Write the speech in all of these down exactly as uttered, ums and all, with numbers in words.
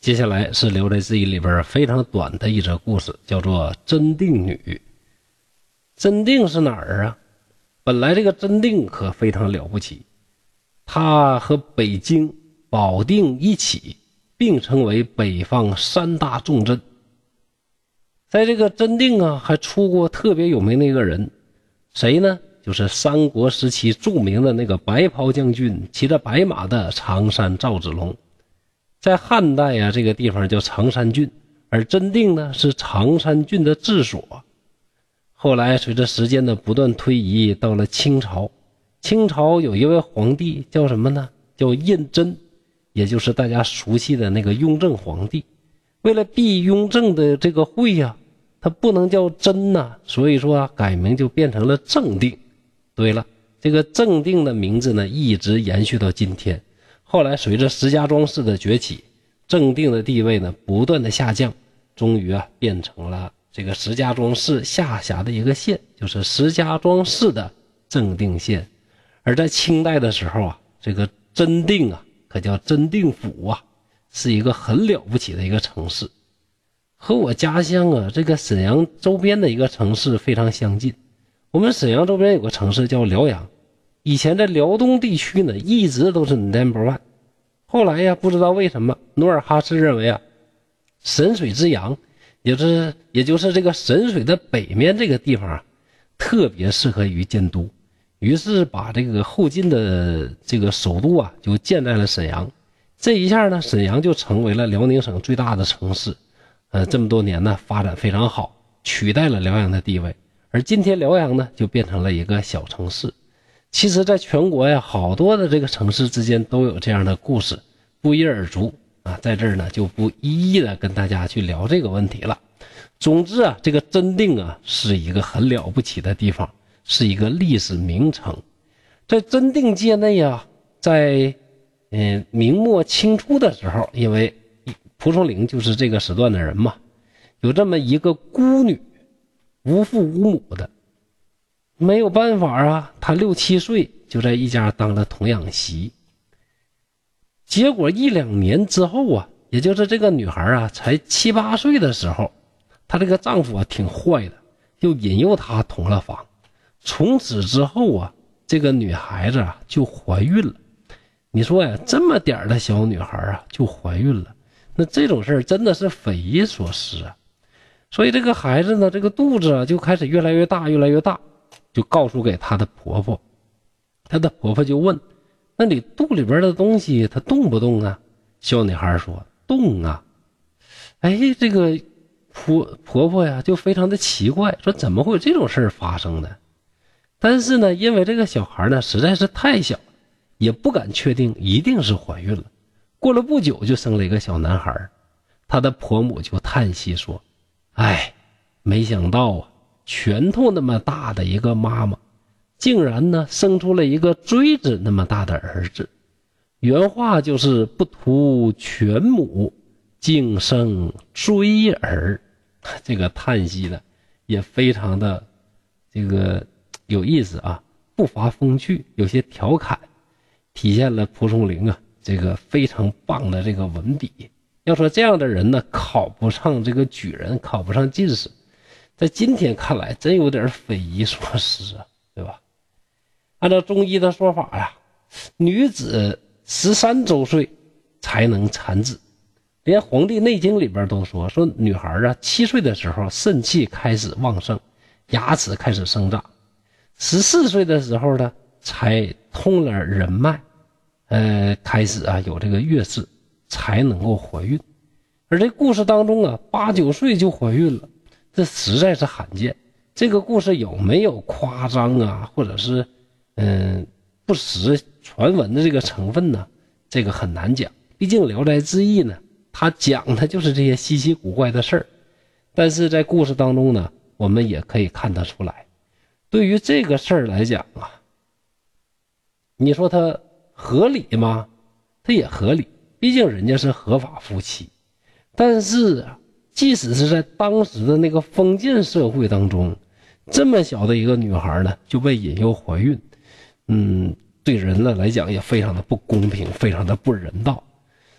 接下来是《聊斋志异》里边非常短的一则故事，叫做真定女。真定是哪儿啊？本来这个真定可非常了不起，它和北京、保定一起并称为北方三大重镇。在这个真定啊，还出过特别有名的一个人，谁呢？就是三国时期著名的那个白袍将军，骑着白马的常山赵子龙。在汉代啊，这个地方叫常山郡，而真定呢是常山郡的治所。后来随着时间的不断推移，到了清朝，清朝有一位皇帝叫什么呢？叫胤禛，也就是大家熟悉的那个雍正皇帝。为了避雍正的这个讳呀、啊，他不能叫真呐、啊，所以说啊，改名就变成了正定。对了，这个正定的名字呢，一直延续到今天。后来随着石家庄市的崛起，正定的地位呢不断的下降，终于啊变成了这个石家庄市下辖的一个县，就是石家庄市的正定县。而在清代的时候啊，这个真定啊可叫真定府啊，是一个很了不起的一个城市，和我家乡啊这个沈阳周边的一个城市非常相近。我们沈阳周边有个城市叫辽阳，以前在辽东地区呢一直都是 number one。 后来呀，不知道为什么努尔哈赤认为啊，沈水之阳，也就是也就是这个沈水的北面这个地方啊，特别适合于建都，于是把这个后金的这个首都啊就建在了沈阳。这一下呢，沈阳就成为了辽宁省最大的城市，呃，这么多年呢发展非常好，取代了辽阳的地位。而今天辽阳呢就变成了一个小城市。其实在全国呀，好多的这个城市之间都有这样的故事，不一而足啊，在这儿呢就不一一的跟大家去聊这个问题了。总之啊，这个真定啊是一个很了不起的地方，是一个历史名城。在真定界内啊，在嗯明末清初的时候，因为蒲松龄就是这个时段的人嘛，有这么一个孤女，无父无母的，没有办法啊，他六七岁就在一家当了童养媳。结果一两年之后啊，也就是这个女孩啊才七八岁的时候，她这个丈夫啊挺坏的，又引诱她同了房。从此之后啊，这个女孩子啊就怀孕了。你说呀，这么点的小女孩啊就怀孕了，那这种事儿真的是匪夷所思啊。所以这个孩子呢，这个肚子啊就开始越来越大越来越大，就告诉给她的婆婆。她的婆婆就问，那你肚里边的东西它动不动啊？小女孩说动啊。哎，这个婆婆婆呀就非常的奇怪，说怎么会有这种事儿发生呢？但是呢，因为这个小孩呢实在是太小，也不敢确定一定是怀孕了。过了不久就生了一个小男孩，她的婆母就叹息说，哎，没想到啊，拳头那么大的一个妈妈，竟然呢生出了一个锥子那么大的儿子。原话就是不图全母，竟生锥儿。这个叹息呢也非常的这个有意思啊，不乏风趣，有些调侃，体现了蒲松龄啊这个非常棒的这个文笔。要说这样的人呢，考不上这个举人，考不上进士，在今天看来真有点匪夷所思啊，对吧？按照中医的说法呀，女子十三周岁才能产子，连《黄帝内经》里边都说，说女孩啊七岁的时候肾气开始旺盛，牙齿开始生长，十四岁的时候呢才通了人脉，呃，开始啊有这个月事，才能够怀孕。而这故事当中啊，八九岁就怀孕了，这实在是罕见。这个故事有没有夸张啊，或者是嗯不实传闻的这个成分呢？这个很难讲。毕竟《聊斋志异》呢，它讲的就是这些稀奇古怪的事儿。但是在故事当中呢，我们也可以看得出来，对于这个事儿来讲啊，你说它合理吗？它也合理，毕竟人家是合法夫妻。但是啊，即使是在当时的那个封建社会当中，这么小的一个女孩呢就被引诱怀孕，嗯，对人了来讲也非常的不公平，非常的不人道。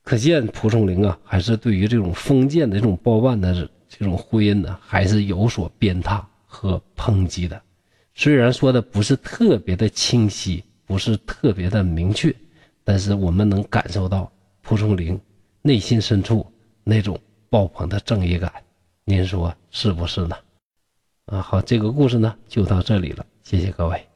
可见蒲松龄啊，还是对于这种封建的这种包办的这种婚姻呢，还是有所鞭挞和抨击的。虽然说的不是特别的清晰，不是特别的明确，但是我们能感受到蒲松龄内心深处那种爆棚的正义感，您说是不是呢？啊，好，这个故事呢就到这里了，谢谢各位。